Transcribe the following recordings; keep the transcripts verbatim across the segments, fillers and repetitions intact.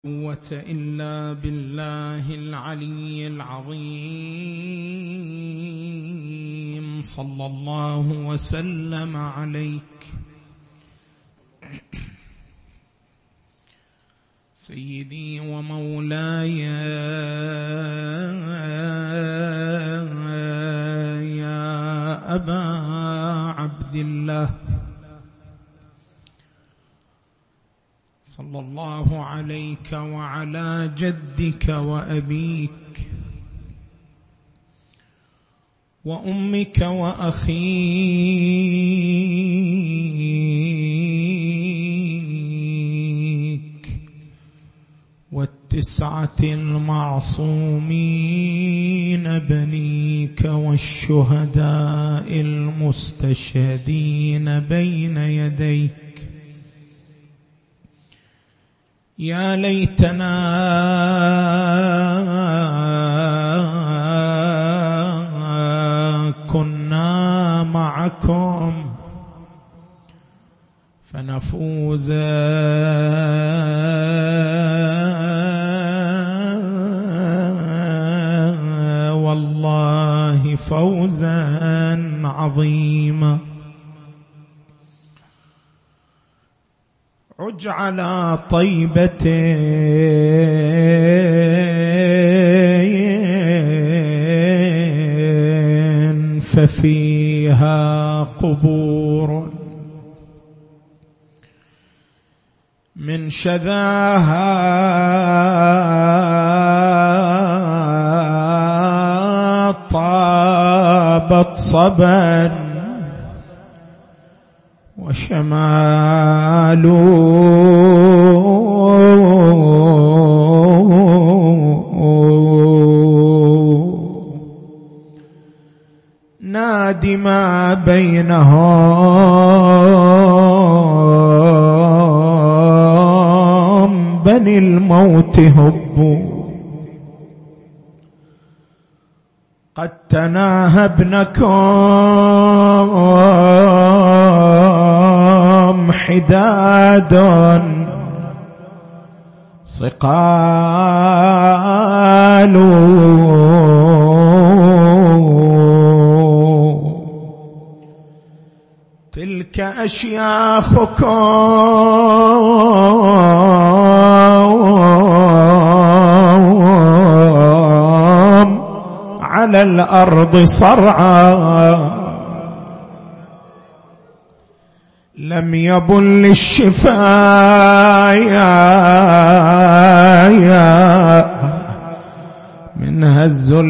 قوة إلا بالله العلي العظيم. صلى الله وسلم عليك سيدي ومولاي يا أبا عبد الله، صلى الله عليك وعلى جدك وأبيك وأمك وأخيك والتسعة المعصومين بنيك والشهداء المستشهدين بين يديك. يا ليتنا كنا معكم فنفوز والله فوزا عظيما. عج على طيبة ففيها قبور من شذاها طابت صبا وشمال نادي ما بينهم بني الموت هبوا قد تناهى ابنكم حداد صقال تلك أشياخكم على الأرض صرعا لم يبل الشفايا منها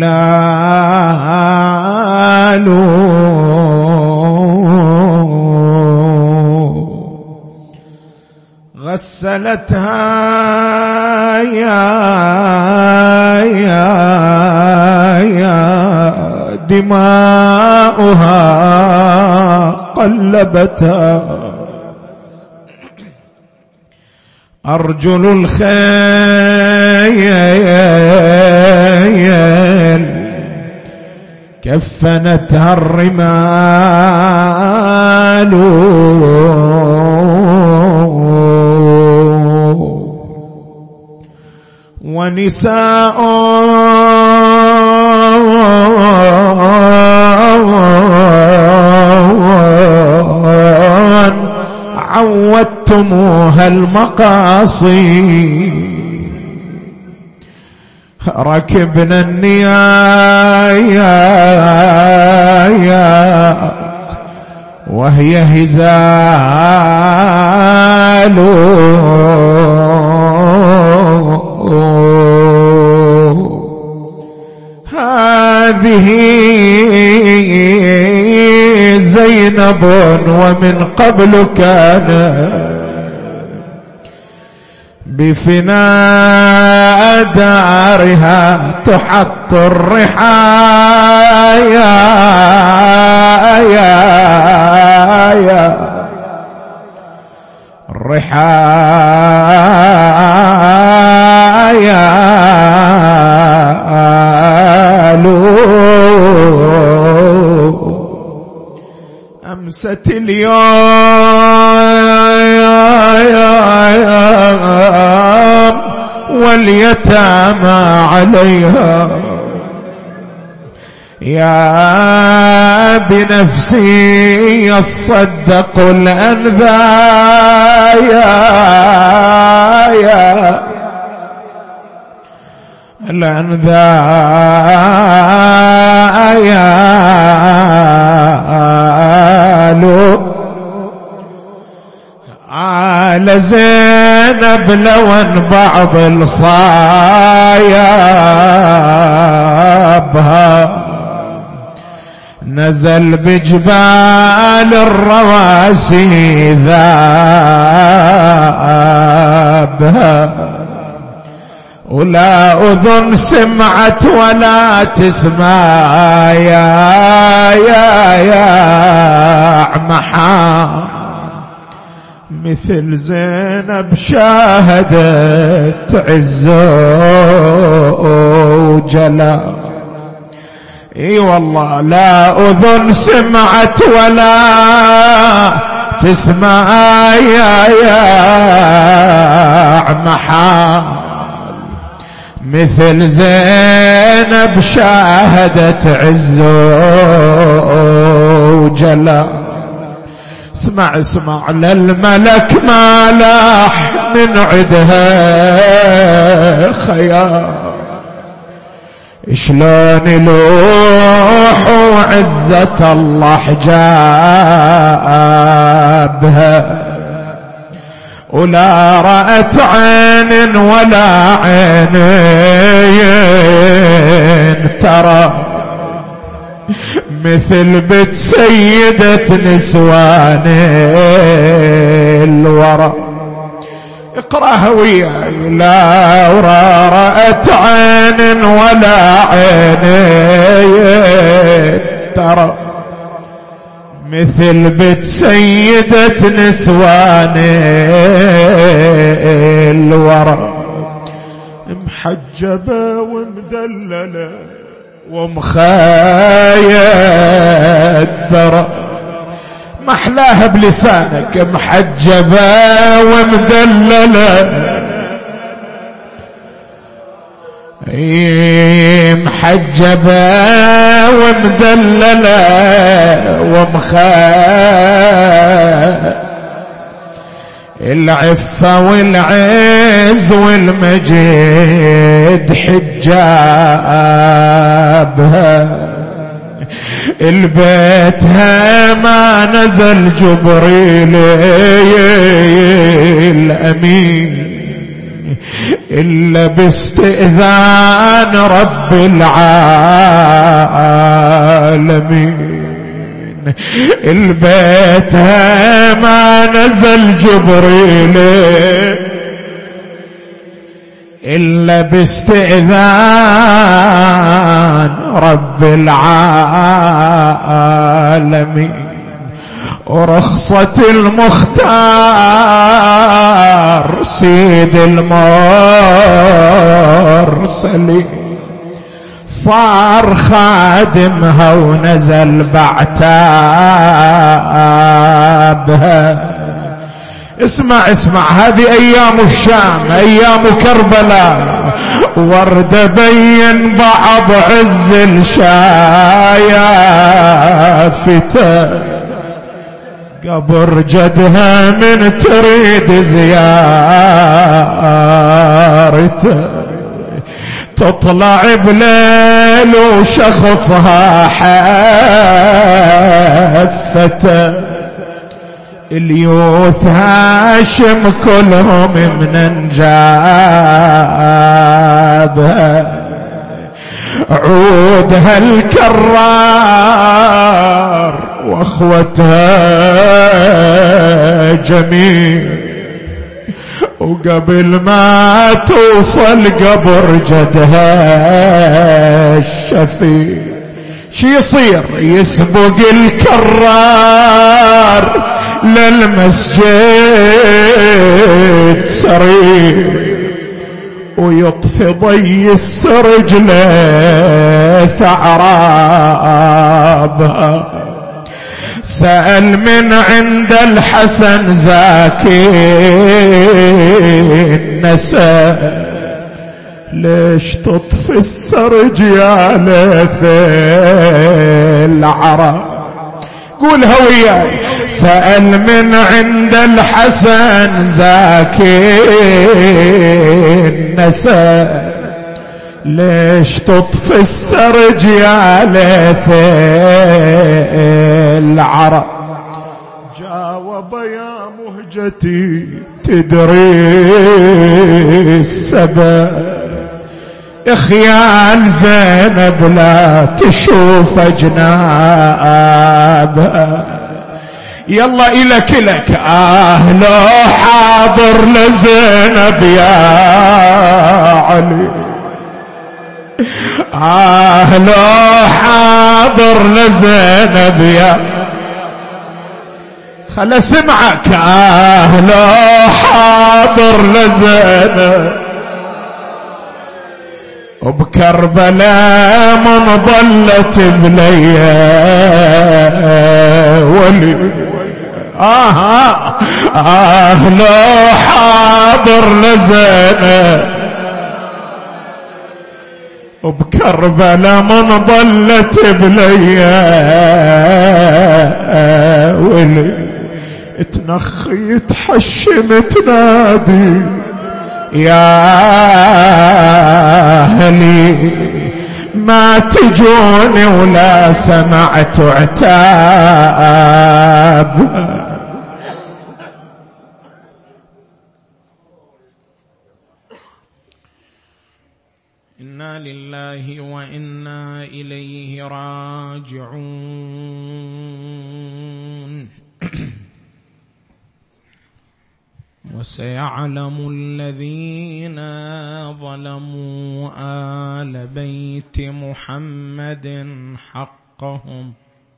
الزلال غسلتها يا يا يا دماؤها قلبتها أرجل الخيل كفنتها الرمال ونساء عودتموها المقاصي ركبنا النيايا وهي هزال هذه زينب ومن قبل كان بفناء دارها تحط الرحايا الرحايا أمست اليوم واليتامى عليها. يا بنفسي يصدق الأنذى يا يا الأنذى يا لو على زينب لون بعض الصايبها نزل بجبال الرواسي ذابها ولا أذن سمعت ولا تسمع يا يا يا عمحا مثل زينب شاهدت عزه وجلال. اي والله لا اذن سمعت ولا تسمع يا يا عمحال مثل زينب شاهدت عزه وجلال. اسمع اسمع للملك ما لاح من عدها خيال شلون يلوح وعزة الله حجابها ولا رأت عين ولا عينين ترى مثل بنت سيدة نسوان الورى. اقرأها وياي. لا رأت عين ولا عينين ترى مثل بنت سيدة نسوان الورى محجبة ومدللة ومخايدرة محلاها بلسانك محجبة ومدللة محجبة ومدللة ومخايدرة العفة والعز والمجد حجابها البيتها ما نزل جبريل الأمين إلا باستئذان رب العالمين. البيت ما نزل جبريل إلا باستئذان رب العالمين ورخصة المختار سيد المرسلين صار خادمها ونزل بعتابها. اسمع اسمع هذه ايام الشام ايام كربلاء ورد بين بعض عز الشايفته قبر جدها من تريد زيارته تطلع بليل وشخصها حافته اليوث هاشم كلهم من انجابها عودها الكرار واخوتها جميل وقبل ما توصل قبر جدها الشفيع شي يصير يسبق الكرار للمسجد سريع ويطفي ضي السرج لثعرابها سأل من عند الحسن زاكي النساء ليش تطفي السرج يا ليث العرب. قولها وياي. سأل من عند الحسن زاكي النساء ليش تطفي السرج يا ليث العرب. جاوب يا مهجتي تدري السبب خيال زينب لا تشوف جنابها. يلا إلك إلك آه لو حاضر لزينب يا علي. آه لو حاضر لزينب يا خل اسمعك. آه لو حاضر لزينب وبكربلاء من ضلت بنية ولي. آه, آه, آه لو حاضر لزينب وبكربلاء من ضلت بنية ولي. تنخي تحشم تنادي يا أهلي ما تجوني ولا سمعت عتاب. إنا لله وإنا إليه راجعون. وسيعلم الذين ظلموا آل بيت محمد حقهم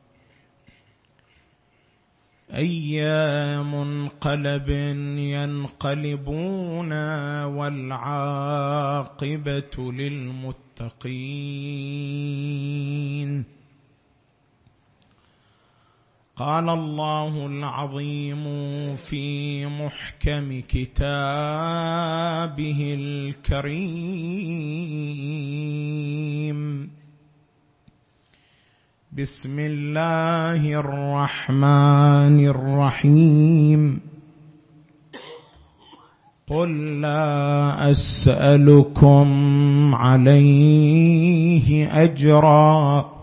أي منقلب ينقلبون والعاقبة للمتقين. قال الله العظيم في محكم كتابه الكريم بسم الله الرحمن الرحيم قل لا أسألكم عليه أجرا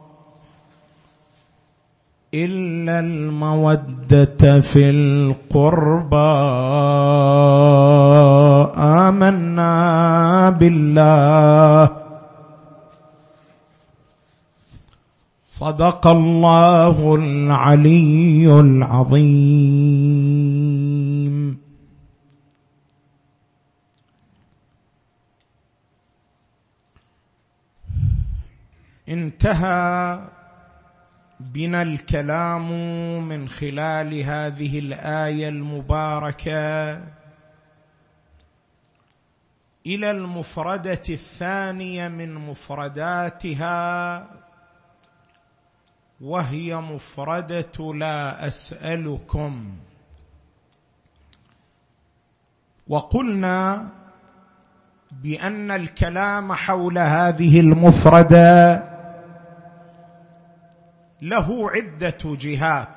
إلا المودة في القربى آمنا بالله صدق الله العلي العظيم. انتهى بنا الكلام من خلال هذه الآية المباركة إلى المفردة الثانية من مفرداتها، وهي مفردة لا أسألكم. وقلنا بأن الكلام حول هذه المفردة له عدة جهات،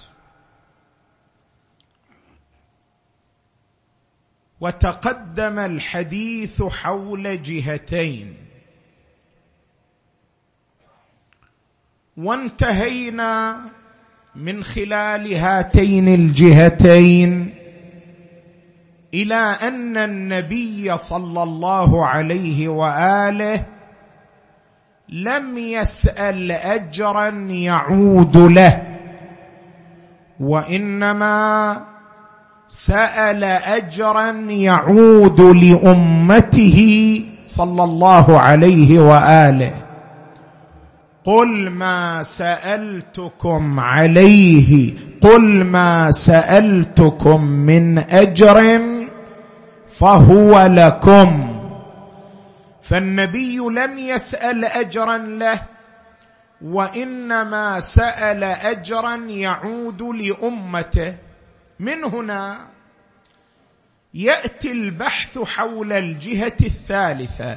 وتقدم الحديث حول جهتين، وانتهينا من خلال هاتين الجهتين إلى أن النبي صلى الله عليه وآله لم يسأل أجرا يعود له، وإنما سأل أجرا يعود لأمته صلى الله عليه وآله. قل ما سألتكم عليه قل ما سألتكم من أجر فهو لكم. فالنبي لم يسأل أجرا له، وإنما سأل أجرا يعود لأمته. من هنا يأتي البحث حول الجهة الثالثة،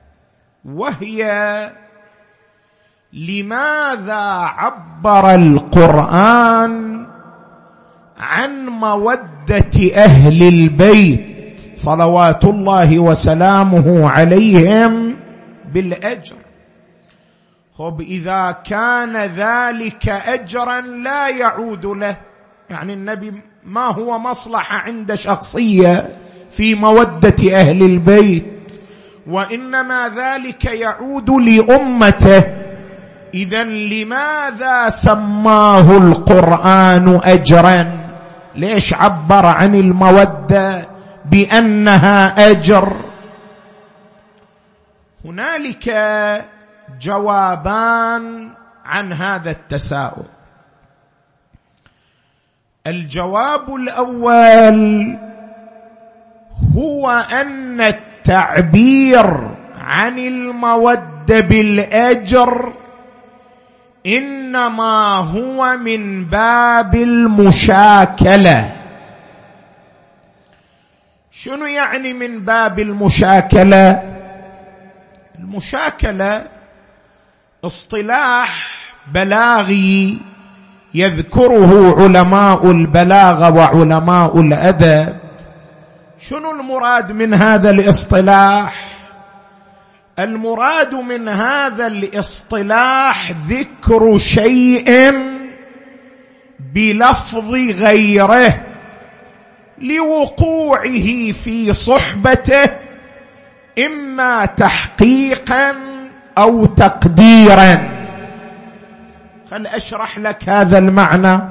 وهي لماذا عبر القرآن عن مودة أهل البيت صلوات الله وسلامه عليهم بالأجر؟ خب إذا كان ذلك أجرا لا يعود له، يعني النبي ما هو مصلحة عند شخصية في مودة أهل البيت، وإنما ذلك يعود لأمته. إذن لماذا سماه القرآن أجرا؟ ليش عبر عن المودة بأنها أجر؟ هنالك جوابان عن هذا التساؤل. الجواب الأول هو أن التعبير عن المودة بالأجر إنما هو من باب المشاكلة. شنو يعني من باب المشاكلة؟ المشاكلة اصطلاح بلاغي يذكره علماء البلاغة وعلماء الأدب. شنو المراد من هذا الاصطلاح؟ المراد من هذا الاصطلاح ذكر شيء بلفظ غيره لوقوعه في صحبته، إما تحقيقا أو تقديرا. خل أشرح لك هذا المعنى.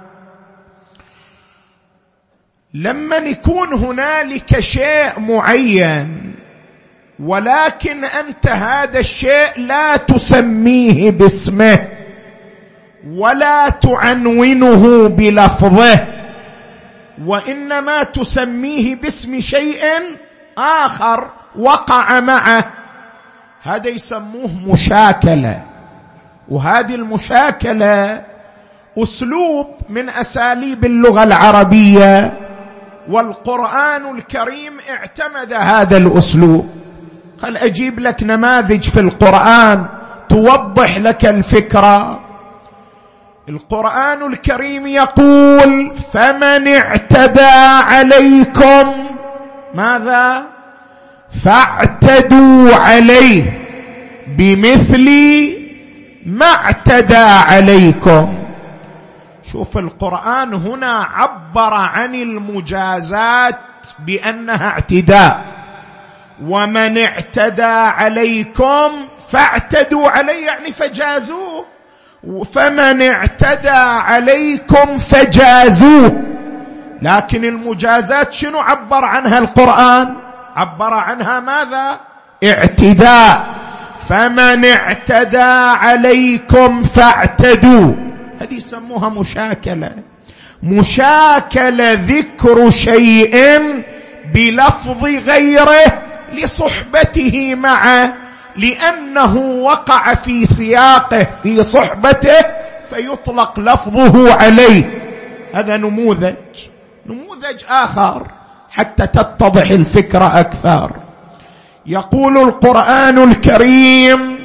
لما يكون هنالك شيء معين ولكن أنت هذا الشيء لا تسميه باسمه ولا تعنونه بلفظه، وإنما تسميه باسم شيء آخر وقع معه، هذا يسموه مشاكلة. وهذه المشاكلة أسلوب من أساليب اللغة العربية، والقرآن الكريم اعتمد هذا الأسلوب. خل أجيب لك نماذج في القرآن توضح لك الفكرة. القرآن الكريم يقول: فمن اعتدى عليكم ماذا؟ فاعتدوا عليه بمثل ما اعتدى عليكم. شوف القرآن هنا عبر عن المجازات بأنها اعتداء، ومن اعتدى عليكم فاعتدوا عليه يعني فجازوه، فمن اعتدى عليكم فجازوه. لكن المجازات شنو عبر عنها القرآن؟ عبر عنها ماذا؟ اعتداء. فمن اعتدى عليكم فاعتدوا، هذه يسموها مشاكلة. مشاكلة ذكر شيء بلفظ غيره لصحبته معه، لأنه وقع في سياقه في صحبته فيطلق لفظه عليه. هذا نموذج. نموذج آخر حتى تتضح الفكرة أكثر. يقول القرآن الكريم: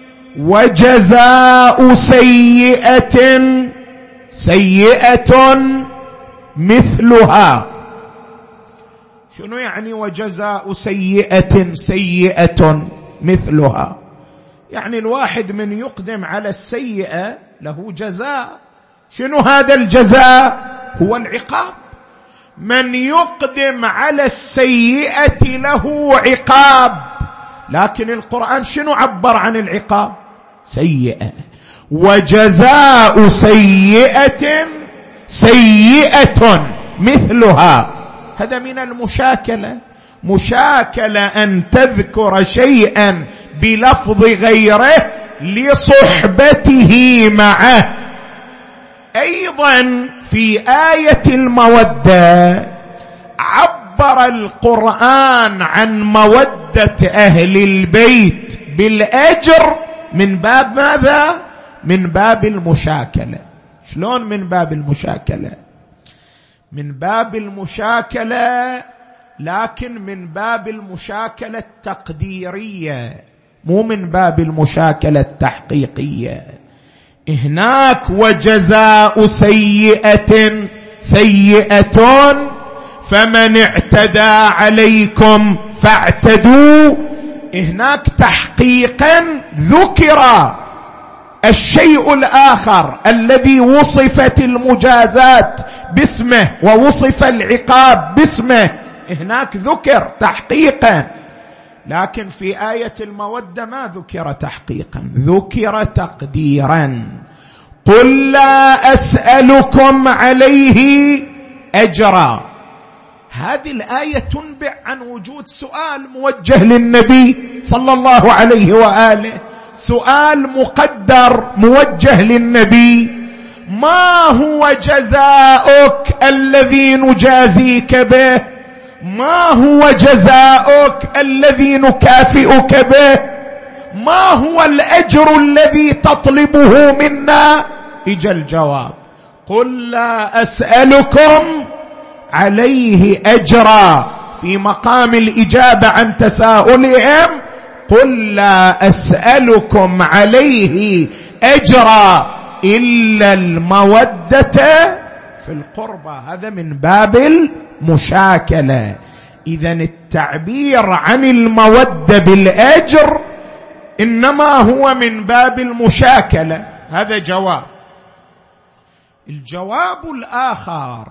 وجزاء سيئة سيئة مثلها. شنو يعني وجزاء سيئة سيئة مثلها؟ يعني الواحد من يقدم على السيئة له جزاء. شنو هذا الجزاء؟ هو العقاب. من يقدم على السيئة له عقاب. لكن القرآن شنو عبر عن العقاب؟ سيئة. وجزاء سيئة سيئة مثلها. هذا من المشاكلة. مشاكلة أن تذكر شيئا بلفظ غيره لصحبته معه. أيضا في آية المودة عبر القرآن عن مودة أهل البيت بالأجر من باب ماذا؟ من باب المشاكلة. شلون من باب المشاكلة؟ من باب المشاكلة لكن من باب المشاكلة التقديرية مو من باب المشاكلة التحقيقية. هناك وجزاء سيئة سيئة فمن اعتدى عليكم فاعتدوا. هناك تحقيقا ذكر الشيء الآخر الذي وصفت المجازات باسمه ووصف العقاب باسمه، هناك ذكر تحقيقا، لكن في آية المودة ما ذكر تحقيقا، ذكر تقديرا. قل لا أسألكم عليه أجرا. هذه الآية تنبع عن وجود سؤال موجه للنبي صلى الله عليه وآله، سؤال مقدر موجه للنبي: ما هو جزاؤك الذي نجازيك به؟ ما هو جزاؤك الذي نكافئك به؟ ما هو الأجر الذي تطلبه منا؟ إجا الجواب: قل لا أسألكم عليه أجرا، في مقام الإجابة عن تساؤلهم: قل لا أسألكم عليه أجرا إلا المودة في القربى. هذا من باب المشاكلة. إذن التعبير عن المودة بالأجر إنما هو من باب المشاكلة. هذا جواب. الجواب الآخر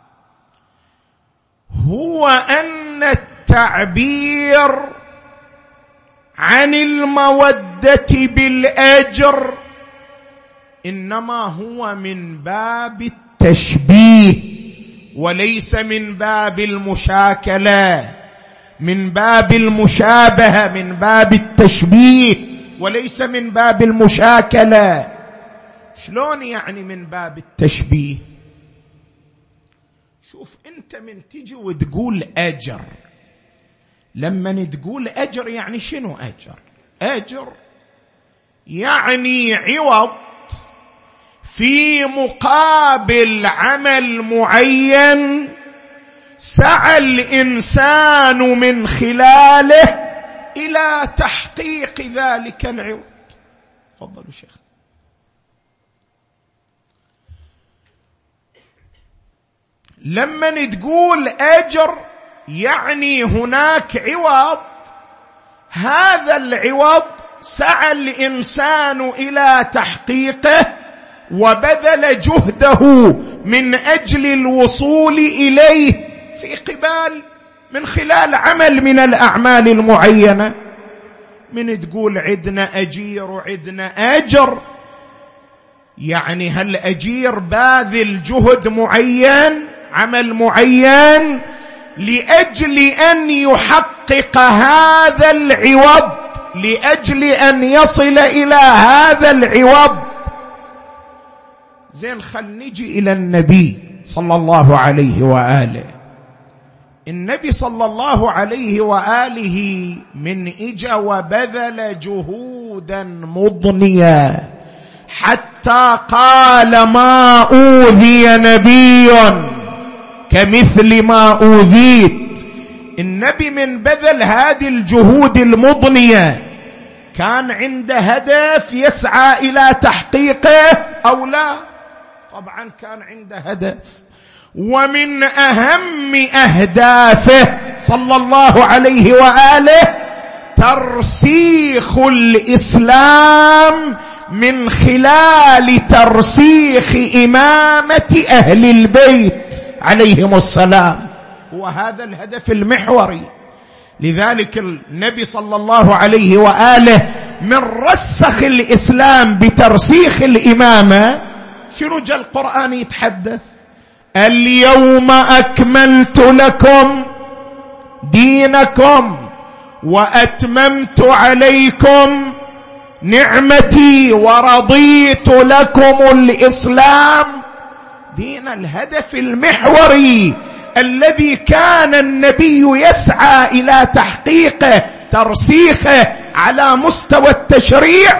هو أن التعبير عن المودة بالأجر إنما هو من باب التشبيه وليس من باب المشاكلة، من باب المشابهة، من باب التشبيه وليس من باب المشاكلة. شلون يعني من باب التشبيه؟ شوف، انت من تجي وتقول أجر، لما تقول أجر يعني شنو أجر؟ أجر يعني عوض في مقابل عمل معين سعى الإنسان من خلاله إلى تحقيق ذلك العوض. تفضلوا شيخ. لما تقول أجر يعني هناك عوض، هذا العوض سعى الإنسان إلى تحقيقه وبذل جهده من أجل الوصول إليه في قبال من خلال عمل من الأعمال المعينة. من تقول عدنا أجير وعدنا أجر، يعني هل أجير باذل جهد معين، عمل معين، لأجل أن يحقق هذا العوض، لأجل أن يصل إلى هذا العوض. زين، خل نجي إلى النبي صلى الله عليه وآله. النبي صلى الله عليه وآله من إجا وبذل جهودا مضنية حتى قال: ما أوذي نبي كمثل ما أوذيت. النبي من بذل هذه الجهود المضنية كان عنده هدف يسعى إلى تحقيقه أو لا؟ طبعا كان عنده هدف، ومن أهم أهدافه صلى الله عليه وآله ترسيخ الإسلام من خلال ترسيخ إمامة أهل البيت عليهم السلام. وهذا الهدف المحوري. لذلك النبي صلى الله عليه وآله من رسخ الإسلام بترسيخ الإمامة، شنو جاء القرآن يتحدث؟ اليوم أكملت لكم دينكم وأتممت عليكم نعمتي ورضيت لكم الإسلام دين. الهدف المحوري الذي كان النبي يسعى إلى تحقيقه، ترسيخه على مستوى التشريع،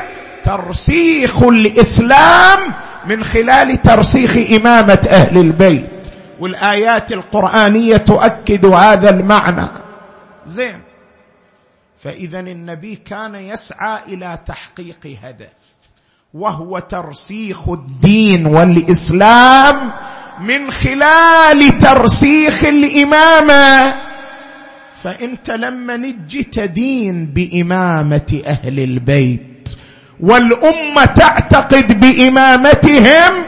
ترسيخ الإسلام من خلال ترسيخ إمامة أهل البيت والآيات القرآنية تؤكد هذا المعنى. زين، فإذا النبي كان يسعى إلى تحقيق هدف، وهو ترسيخ الدين والإسلام من خلال ترسيخ الإمامة. فأنت لما نجي تدين بإمامة أهل البيت والأمة تعتقد بإمامتهم،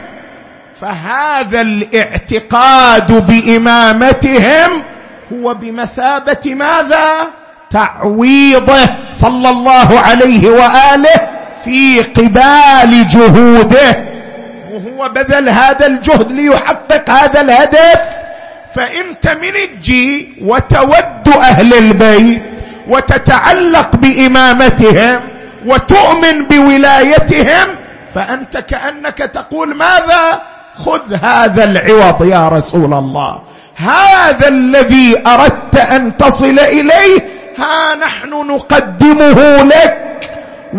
فهذا الاعتقاد بإمامتهم هو بمثابة ماذا؟ تعويضه صلى الله عليه وآله في قبال جهوده، وهو بذل هذا الجهد ليحقق هذا الهدف. فأنت من تجي وتود أهل البيت وتتعلق بإمامتهم وتؤمن بولايتهم، فأنت كأنك تقول ماذا؟ خذ هذا العوض يا رسول الله، هذا الذي أردت أن تصل إليه ها نحن نقدمه لك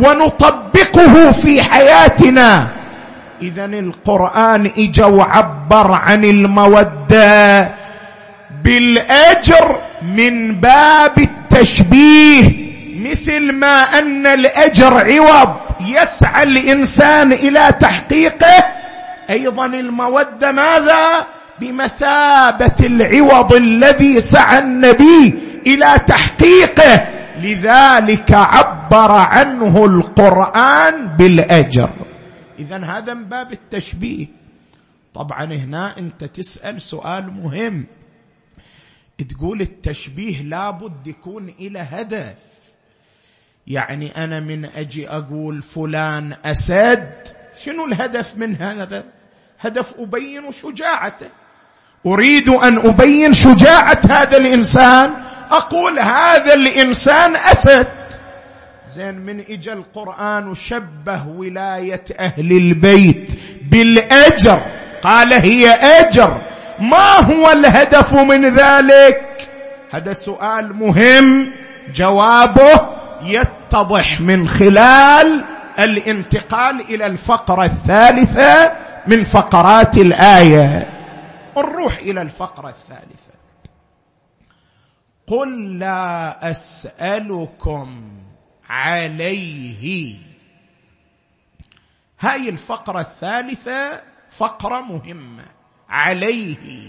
ونطبقه في حياتنا. إذن القرآن إجا وعبر عن المودة بالأجر من باب التشبيه، مثل ما أن الأجر عوض يسعى الإنسان إلى تحقيقه، أيضا المودة ماذا؟ بمثابة العوض الذي سعى النبي إلى تحقيقه، لذلك عبر عنه القرآن بالأجر. إذن هذا من باب التشبيه. طبعا هنا أنت تسأل سؤال مهم، تقول التشبيه لابد يكون إلى هدف. يعني أنا من أجي أقول فلان أسد، شنو الهدف من هذا؟ هدف أبين شجاعته، أريد أن أبين شجاعة هذا الإنسان، أقول هذا الإنسان أسد. زين، من إجا القرآن وشبه ولاية أهل البيت بالأجر، قال هي أجر، ما هو الهدف من ذلك؟ هذا سؤال مهم، جوابه يتضح من خلال الانتقال إلى الفقرة الثالثة من فقرات الآية. نروح إلى الفقرة الثالثة. قل لا أسألكم عليه. هاي الفقرة الثالثة فقرة مهمة. عليه،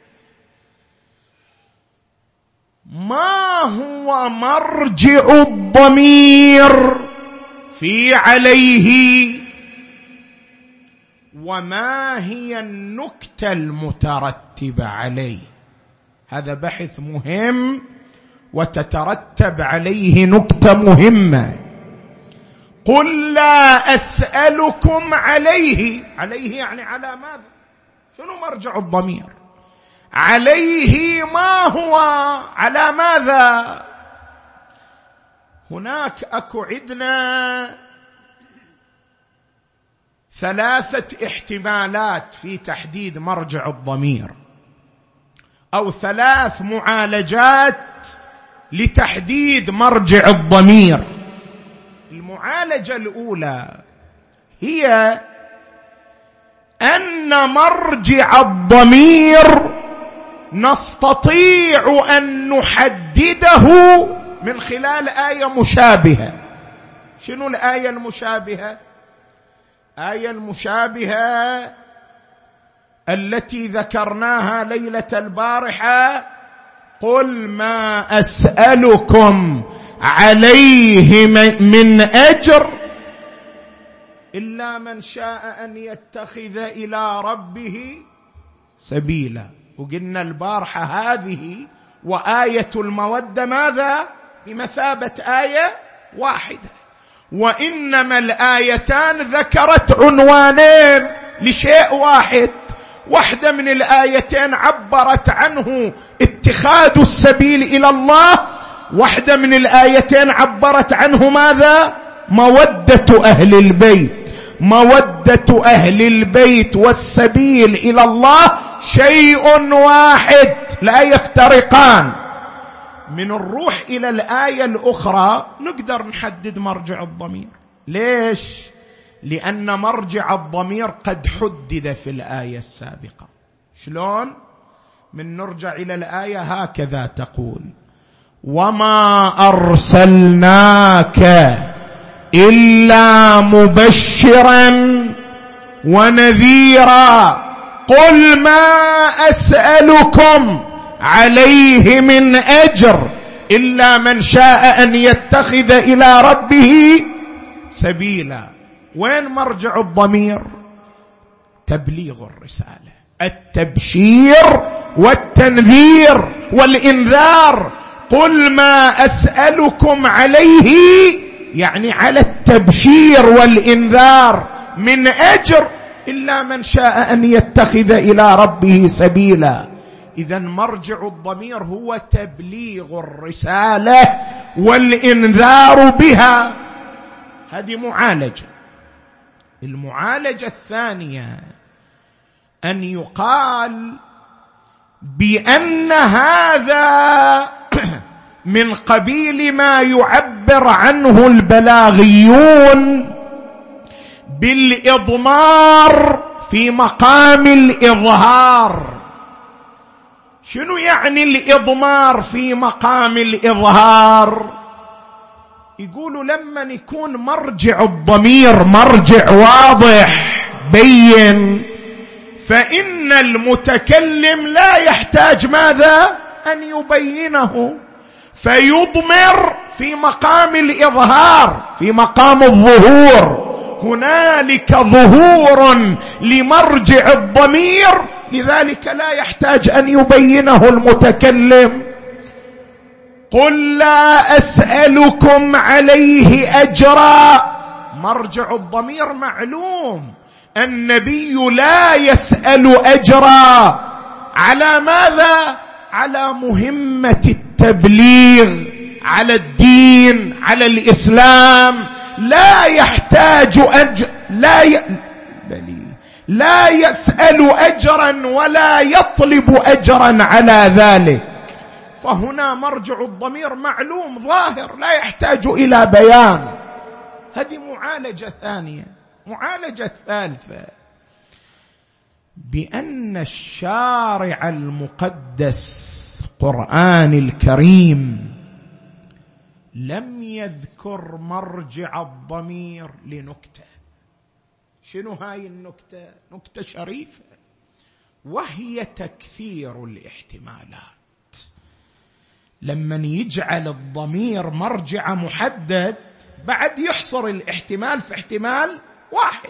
ما هو مرجع الضمير في عليه، وما هي النكتة المترتبة عليه؟ هذا بحث مهم وتترتب عليه نكتة مهمة. قل لا أسألكم عليه، عليه يعني على ماذا؟ شنو مرجع الضمير؟ عليه ما هو؟ على ماذا؟ هناك أكو عندنا ثلاثة احتمالات في تحديد مرجع الضمير، أو ثلاث معالجات لتحديد مرجع الضمير. المعالجة الأولى هي أن مرجع الضمير نستطيع أن نحدده من خلال آية مشابهة. شنو الآية المشابهة؟ آية المشابهة التي ذكرناها ليلة البارحة، قل ما أسألكم عليه من أجر إلا من شاء أن يتخذ إلى ربه سبيلا. وقلنا البارحة هذه وآية المودة ماذا؟ بمثابة آية واحدة، وإنما الآيتان ذكرت عنوانين لشيء واحد. واحدة من الآيتين عبرت عنه اتخاذ السبيل إلى الله، واحدة من الآيتين عبرت عنه ماذا؟ مودة أهل البيت. مودة أهل البيت والسبيل إلى الله شيء واحد، لا يفترقان. من الروح إلى الآية الأخرى نقدر نحدد مرجع الضمير. ليش؟ لأن مرجع الضمير قد حدد في الآية السابقة. شلون؟ من نرجع إلى الآية هكذا تقول: وما أرسلناك إلا مبشرا ونذيرا قل ما أسألكم عليه من أجر إلا من شاء أن يتخذ إلى ربه سبيلا. وين مرجع الضمير؟ تبليغ الرسالة، التبشير والتنذير والإنذار. قل ما أسألكم عليه يعني على التبشير والإنذار من أجر إلا من شاء أن يتخذ إلى ربه سبيلا. إذن مرجع الضمير هو تبليغ الرسالة والإنذار بها. هذه معالجة. المعالجة الثانية أن يقال بأن هذا من قبيل ما يعبر عنه البلاغيون بالإضمار في مقام الإظهار. شنو يعني الإضمار في مقام الإظهار؟ يقولوا لما يكون مرجع الضمير مرجع واضح بين، فإن المتكلم لا يحتاج ماذا؟ أن يبينه، فيضمر في مقام الإظهار، في مقام الظهور. هنالك ظهور لمرجع الضمير، لذلك لا يحتاج أن يبينه المتكلم. قل لا أسألكم عليه أجرا، مرجع الضمير معلوم، النبي لا يسأل أجرا على ماذا؟ على مهمة التبليغ، على الدين، على الإسلام. لا يحتاج أجر، لا ي... لا يسأل أجرا ولا يطلب أجرا على ذلك. فهنا مرجع الضمير معلوم ظاهر لا يحتاج إلى بيان. هذه معالجة ثانية. معالجة ثالثة بأن الشارع المقدس القرآن الكريم لم يذكر مرجع الضمير لنكتة. شنو هاي النكتة؟ نكتة شريفة، وهي تكثير الاحتمالات. لمن يجعل الضمير مرجع محدد بعد يحصر الاحتمال في احتمال واحد،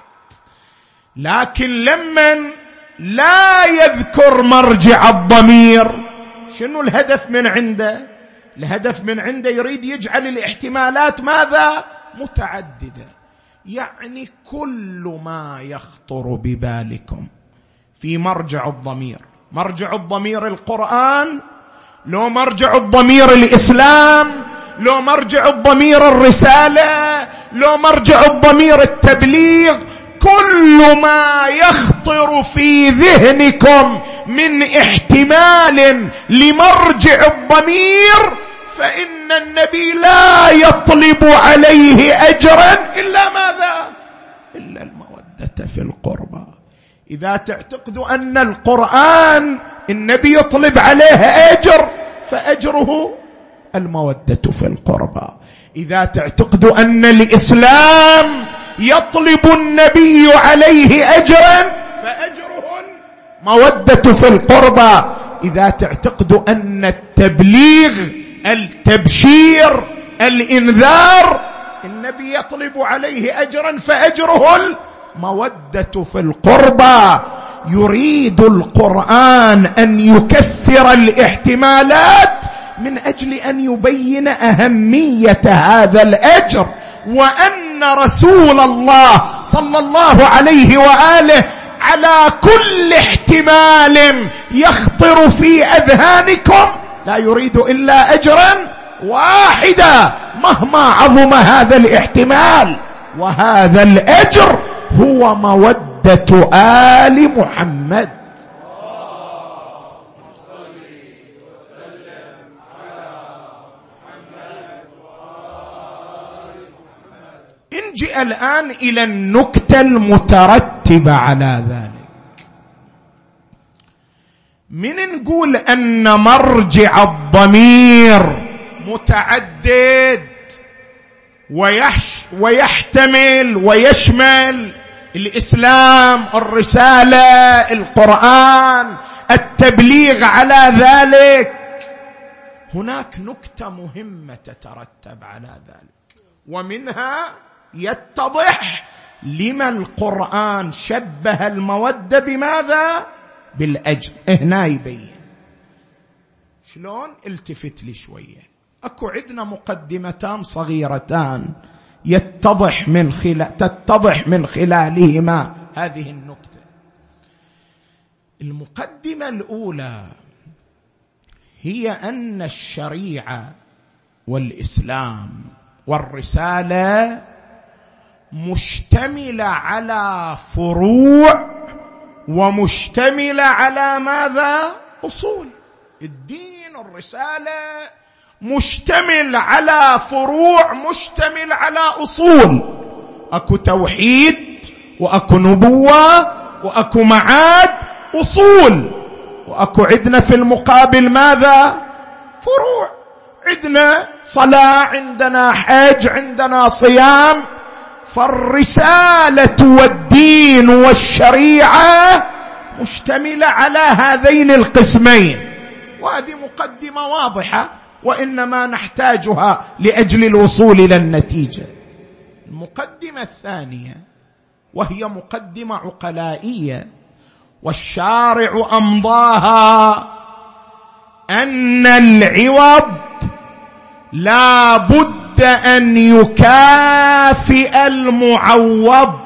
لكن لمن لا يذكر مرجع الضمير شنو الهدف من عنده؟ الهدف من عنده يريد يجعل الاحتمالات ماذا؟ متعددة. يعني كل ما يخطر ببالكم في مرجع الضمير. مرجع الضمير القرآن، لو مرجع الضمير الإسلام، لو مرجع الضمير الرسالة، لو مرجع الضمير التبليغ، كل ما يخطر في ذهنكم من احتمال لمرجع الضمير فإن النبي لا يطلب عليه أجرا إلا ماذا؟ إلا المودة في القربى. إذا تعتقدوا أن القرآن النبي يطلب عليه أجر فأجره المودة في القربى. إذا تعتقدوا أن الإسلام يطلب النبي عليه أجرا فأجره المودة في القربى. إذا تعتقدوا أن التبليغ، التبشير، الإنذار النبي يطلب عليه أجرا فأجره المودة في القربى. يريد القرآن أن يكثر الاحتمالات من أجل أن يبين أهمية هذا الأجر، وأن رسول الله صلى الله عليه وآله على كل احتمال يخطر في أذهانكم لا يريد إلا أجرا واحدا مهما عظم هذا الاحتمال، وهذا الأجر هو مودة آل محمد. نجي الآن إلى النكتة المترتبة على ذلك. من نقول أن مرجع الضمير متعدد ويحش ويحتمل ويشمل الإسلام، الرسالة، القرآن، التبليغ على ذلك، هناك نكتة مهمة تترتب على ذلك، ومنها يتضح لما القرآن شبه المودة بماذا؟ بالأجر. هنا يبين شلون. التفت لي شوية، أكو عندنا مقدمتان صغيرتان يتضح من خلال تتضح من خلالهما هذه النكتة. المقدمة الأولى هي أن الشريعة والإسلام والرسالة مشتملة على فروع ومشتملة على ماذا؟ أصول. الدين والرسالة مشتمل على فروع، مشتمل على أصول. أكو توحيد وأكو نبوة وأكو معاد، أصول. وأكو عندنا في المقابل ماذا؟ فروع. عندنا صلاة، عندنا حج، عندنا صيام. فالرسالة والدين والشريعة مشتملة على هذين القسمين، وهذه مقدمة واضحة وإنما نحتاجها لأجل الوصول إلى النتيجة. المقدمة الثانية وهي مقدمة عقلائية والشارع أمضاها، أن العوض لا بد أن يكافئ المعوض،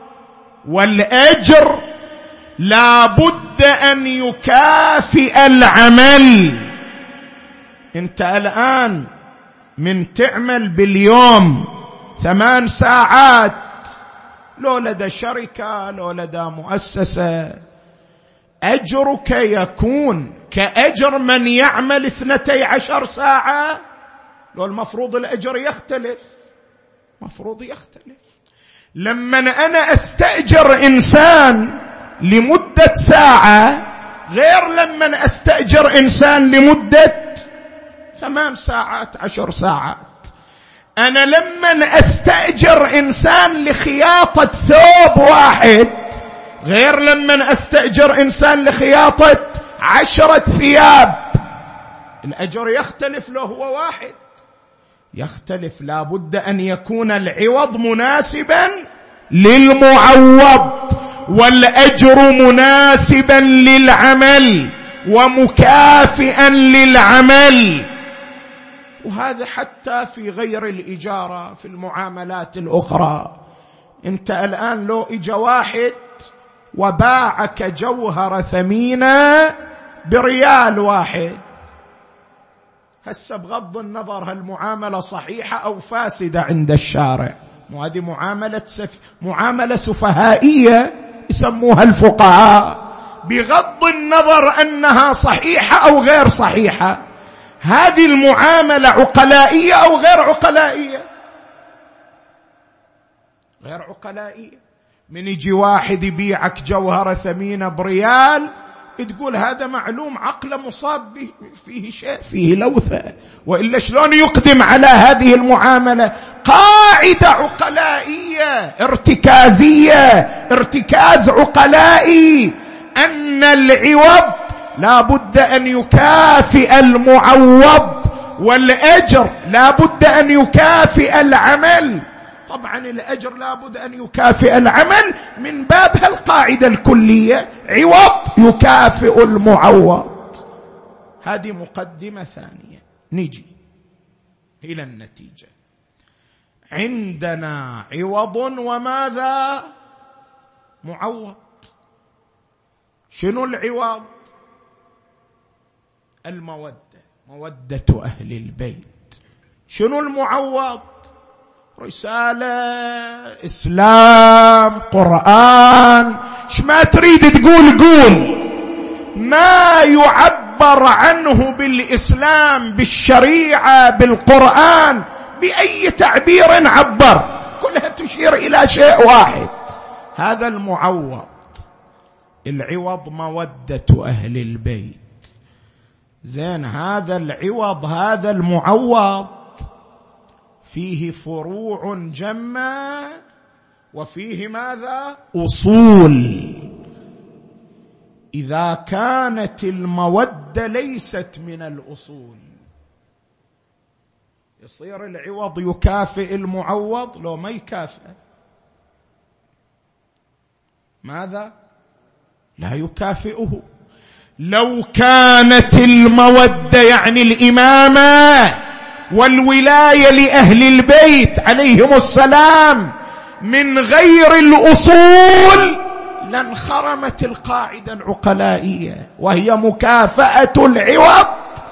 والأجر لا بد أن يكافئ العمل. انت الآن من تعمل باليوم ثمان ساعات، لو لدى شركة لو لدى مؤسسة، أجرك يكون كأجر من يعمل اثنتي عشر ساعة؟ لو المفروض الأجر يختلف، مفروض يختلف. لما أنا أستأجر إنسان لمدة ساعة غير لما أستأجر إنسان لمدة ثمان ساعات عشر ساعات. أنا لما أستأجر إنسان لخياطة ثوب واحد غير لما أستأجر إنسان لخياطة عشرة ثياب، الأجر يختلف. لو هو واحد يختلف. لا بد أن يكون العوض مناسبا للمعوض، والأجر مناسبا للعمل ومكافئا للعمل. وهذا حتى في غير الإجارة، في المعاملات الأخرى. أنت الآن لو إجا واحد وباعك جوهرة ثمينة بريال واحد، هسه بغض النظر هالمعاملة صحيحة أو فاسدة عند الشارع، وهذه معاملة سف... معاملة سفهائية يسموها الفقهاء، بغض النظر أنها صحيحة أو غير صحيحة، هذه المعاملة عقلائية أو غير عقلائية؟ غير عقلائية. من يجي واحد يبيعك جوهرة ثمينة بريال، تقول هذا معلوم عقله مصاب فيه شيء، فيه لوثة، وإلا شلون يقدم على هذه المعاملة؟ قاعدة عقلائية ارتكازية، ارتكاز عقلائي، أن العوض لا بد أن يكافئ المعوض، والأجر لا بد أن يكافئ العمل. طبعا الأجر لا بد أن يكافئ العمل من باب هالقاعدة الكلية، عوض يكافئ المعوض. هذه مقدمة ثانية. نيجي إلى النتيجة. عندنا عوض وماذا؟ معوض. شنو العوض؟ المودة، مودة أهل البيت. شنو المعوض؟ رسالة، إسلام، قرآن. ايش ما تريد تقول قول. ما يعبر عنه بالإسلام، بالشريعة، بالقرآن، بأي تعبير عبر، كلها تشير إلى شيء واحد، هذا المعوض. العوض مودة أهل البيت. زين، هذا العوض هذا المعوض فيه فروع جمة وفيه ماذا؟ أصول. إذا كانت المودة ليست من الأصول يصير العوض يكافئ المعوض؟ لو ما يكافئ. ماذا؟ لا يكافئه. لو كانت المودة يعني الإمامة والولاية لأهل البيت عليهم السلام من غير الأصول لانخرمت القاعدة العقلائية، وهي مكافأة العوض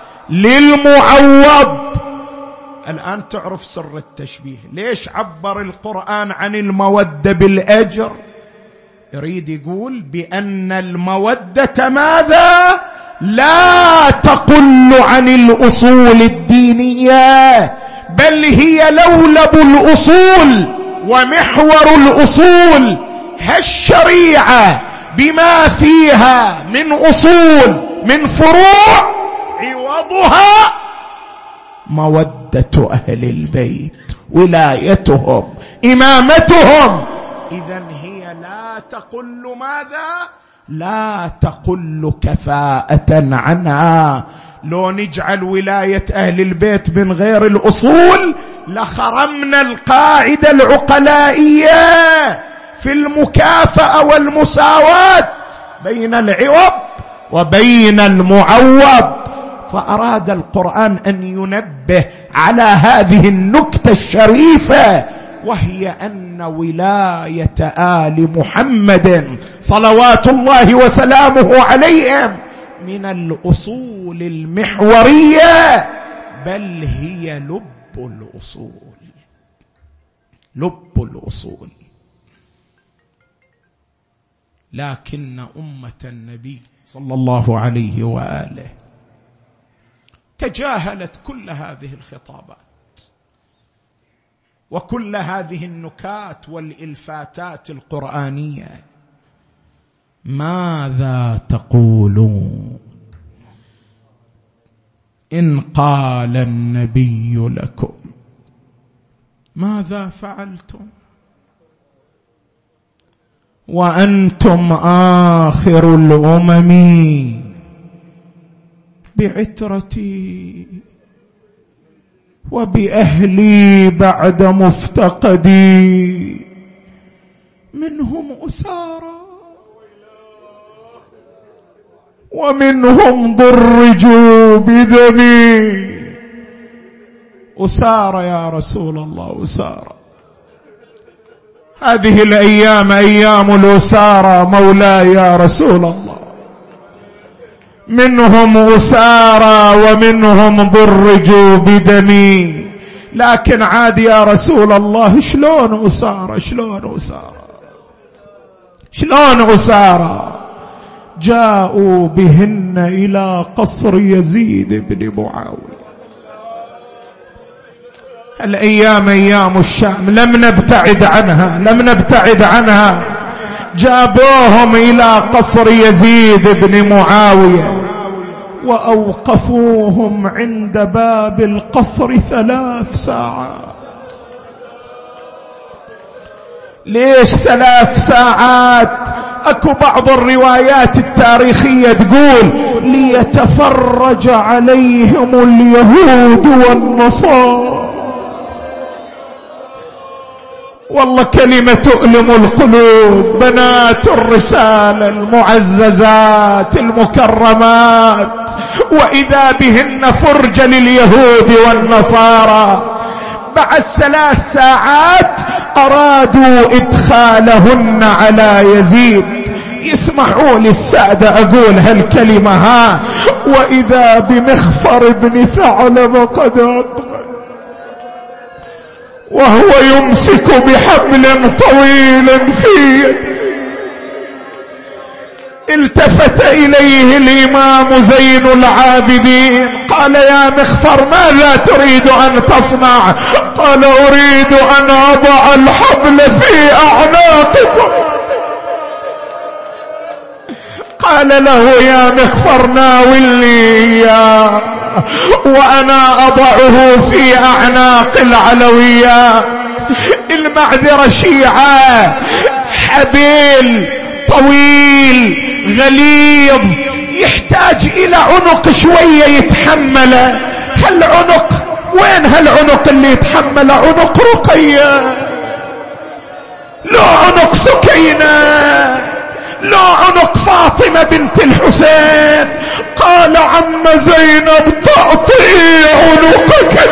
للمعوض. الآن تعرف سر التشبيه. ليش عبر القرآن عن المودة بالأجر؟ يريد يقول بأن المودة ماذا؟ لا تقل عن الأصول الدينية، بل هي لولب الأصول ومحور الأصول. هالشريعة بما فيها من أصول من فروع عوضها مودة أهل البيت، ولايتهم، إمامتهم. إذن هي لا تقل ماذا؟ لا تقل كفاءة عنها. لو نجعل ولاية أهل البيت من غير الأصول لخرمنا القاعدة العقلائية في المكافأة والمساواة بين العوض وبين المعوض. فأراد القرآن أن ينبه على هذه النكتة الشريفة، وهي أن ولاية آل محمد صلوات الله وسلامه عليهم من الأصول المحورية، بل هي لب الأصول. لب الأصول. لكن أمة النبي صلى الله عليه وآله تجاهلت كل هذه الخطابات وكل هذه النكات والإلفاتات القرآنية. ماذا تقولون إن قال النبي لكم؟ ماذا فعلتم وأنتم آخر الأمم بعترتي وبأهلي بعد مفتقدي، منهم أسارى ومنهم ضرجوا بدمي. أسارى يا رسول الله، أسارى. هذه الأيام أيام الأسارى مولاي يا رسول الله. منهم أسارى ومنهم ضرجوا بدمي. لكن عاد يا رسول الله، شلون أسارى؟ شلون أسارى؟ شلون أسارى؟ جاءوا بهن إلى قصر يزيد بن معاوية. الأيام أيام الشام، لم نبتعد عنها لم نبتعد عنها. جابوهم إلى قصر يزيد بن معاوية وأوقفوهم عند باب القصر ثلاث ساعات. ليش ثلاث ساعات؟ أكو بعض الروايات التاريخية تقول ليتفرج عليهم اليهود والنصارى. والله كلمة تؤلم القلوب. بنات الرسالة المعززات المكرمات، وإذا بهن فرجة لليهود والنصارى. بعد ثلاث ساعات أرادوا إدخالهن على يزيد. يسمحوا للسادة أقول هالكلمة ها، وإذا بمخفر بن ثعلب قد أقبل وهو يمسك بحبل طويل في يده. التفت إليه الإمام زين العابدين قال يا مخفر ماذا تريد أن تصنع؟ قال أريد أن أضع الحبل في أعناقكم. قال له يا مخفر ناولني إياه وأنا أضعه في أعناق العلويات. المعذرة شيعة، حبل طويل غليظ يحتاج إلى عنق شوية يتحمله. هالعنق وين؟ هالعنق اللي يتحمله عنق رقية، لو عنق سكينة، لو عنق فاطمة بنت الحسين. قال عم زينب تقطعي عنقك.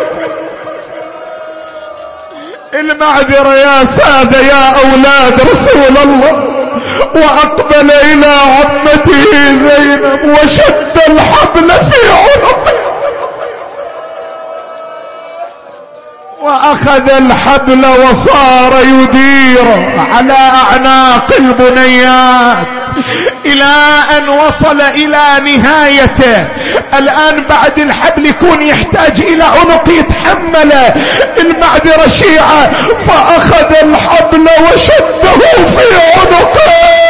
المعذرة يا سادة يا أولاد رسول الله. وأقبل إلى عمته زينب وشد الحبل في عنقه وأخذ الحبل وصار يدير على أعناق البنيات إلى أن وصل إلى نهايته. الآن بعد الحبل يكون يحتاج إلى عنق يتحمله. المعذرة شيعة، فأخذ الحبل وشده في عنقه.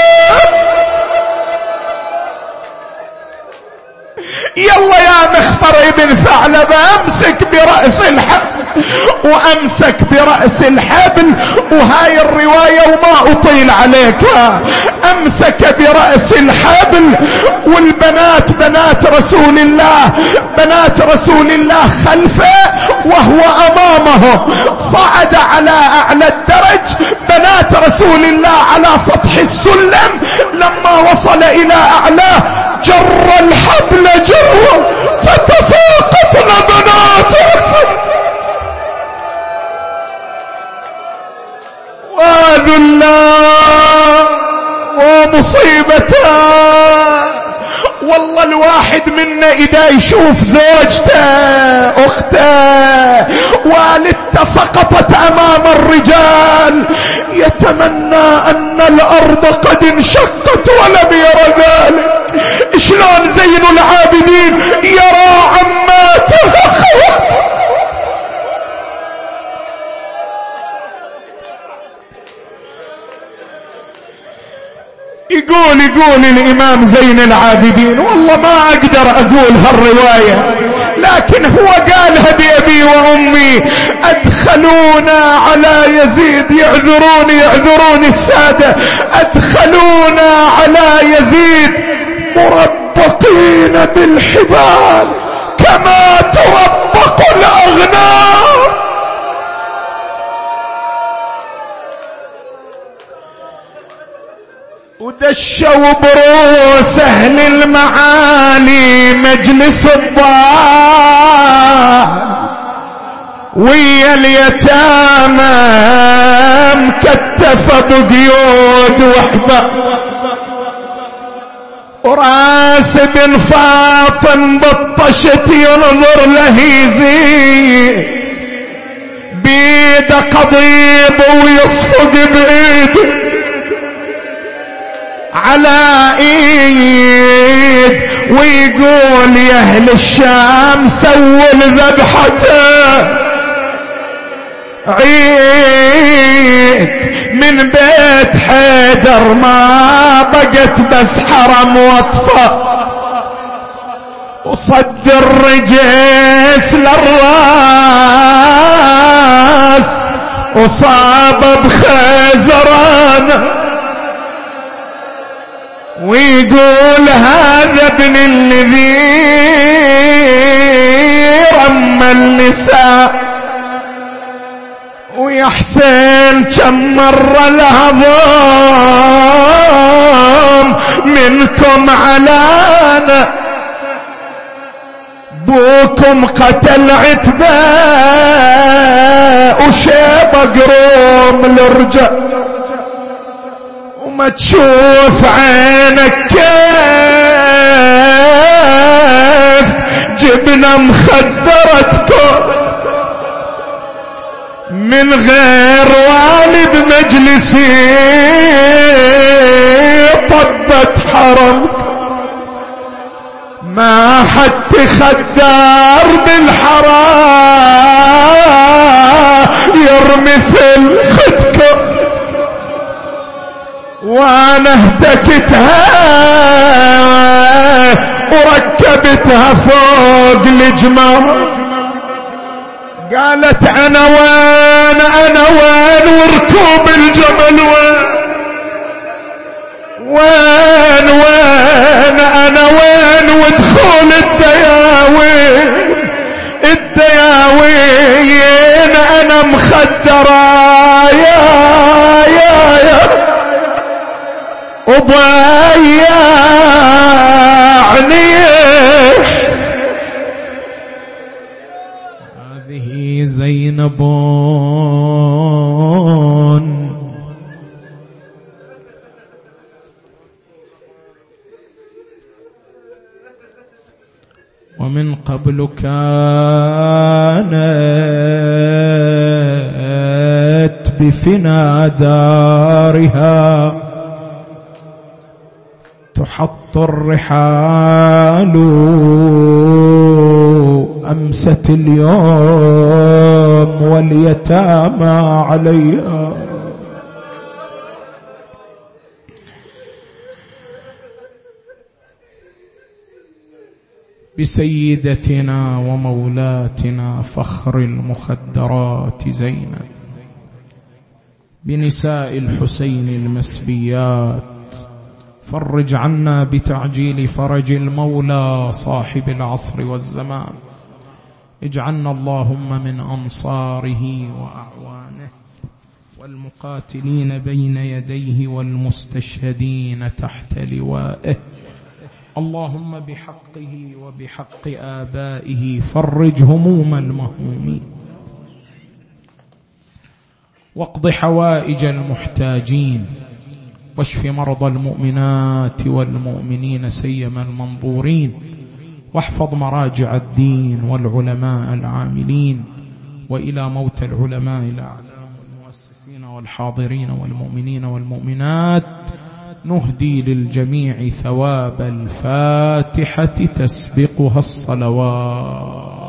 يلا يا مخفر ابن ثعلبة امسك برأس الحبل. وامسك برأس الحبل، وهاي الرواية وما اطيل عليك، امسك برأس الحبل. والبنات بنات رسول الله بنات رسول الله خلفه وهو امامه. صعد على اعلى الدرج، بنات رسول الله على سطح السلم. لما وصل الى اعلاه جر الحبل جر فتساقطن بنات رسول وذلا ومصيبته. والله الواحد منا إذا يشوف زوجته أخته والدته سقطت أمام الرجال يتمنى أن الأرض قد انشقت ولم ير ذلك. شلون زين العابدين يرى عماته أخواته. يقول يقول الإمام زين العابدين، والله ما أقدر أقول هالرواية، لكن هو قالها بأبي وأمي. أدخلونا على يزيد، يعذروني يعذروني السادة، أدخلونا على يزيد مربقين بالحبال كما تربق الأغنام. ودشوا بروس أهل المعالي مجلس الضال، ويا اليتامى مكتفة بقيود وحبة، وراس بن فاطم بالطشت ينظر له يزيد بيده قضيب ويصفق بإيده على ايد، ويقول يا اهل الشام سووا ذبحته عيد من بيت حيدر، ما بقت بس حرم وطفة، وصد الرجس للراس وصاب بخزرانه. ويقول هذا ابن الذي رمى النساء، ويا حسين كم مرة الهضام منكم علانا، بوكم قتل عتبة وشيبة قروم الرجال، وما تشوف عينك كيف جبنا مخدرتكم من غير والد مجلسي طبت حرمك، ما حد خدار بالحرام يرمثل خدكم، وانا اهتكتها وركبتها فوق الجمال. قالت أنا وين أنا وين وركوب الجمل وين وين وين أنا وين ودخول الدياوين الدياوين أنا مخدرة يا يا يا وضيعني. هذه زينب ومن قبل كانت بفنا دارها تحط الرحال أمست اليوم واليتامى عليها. بسيدتنا ومولاتنا فخر المخدرات زينب بنساء الحسين المسبيات، فرج عنا بتعجيل فرج المولى صاحب العصر والزمان. اجعلنا اللهم من أنصاره وأعوانه والمقاتلين بين يديه والمستشهدين تحت لوائه. اللهم بحقه وبحق آبائه فرج هموم المهمومين، واقض حوائج المحتاجين، واشف مرضى المؤمنات والمؤمنين سيما المنظورين، واحفظ مراجع الدين والعلماء العاملين، وإلى موت العلماء الأعلام والمؤسسين والحاضرين والمؤمنين والمؤمنات نهدي للجميع ثواب الفاتحة تسبقها الصلوات.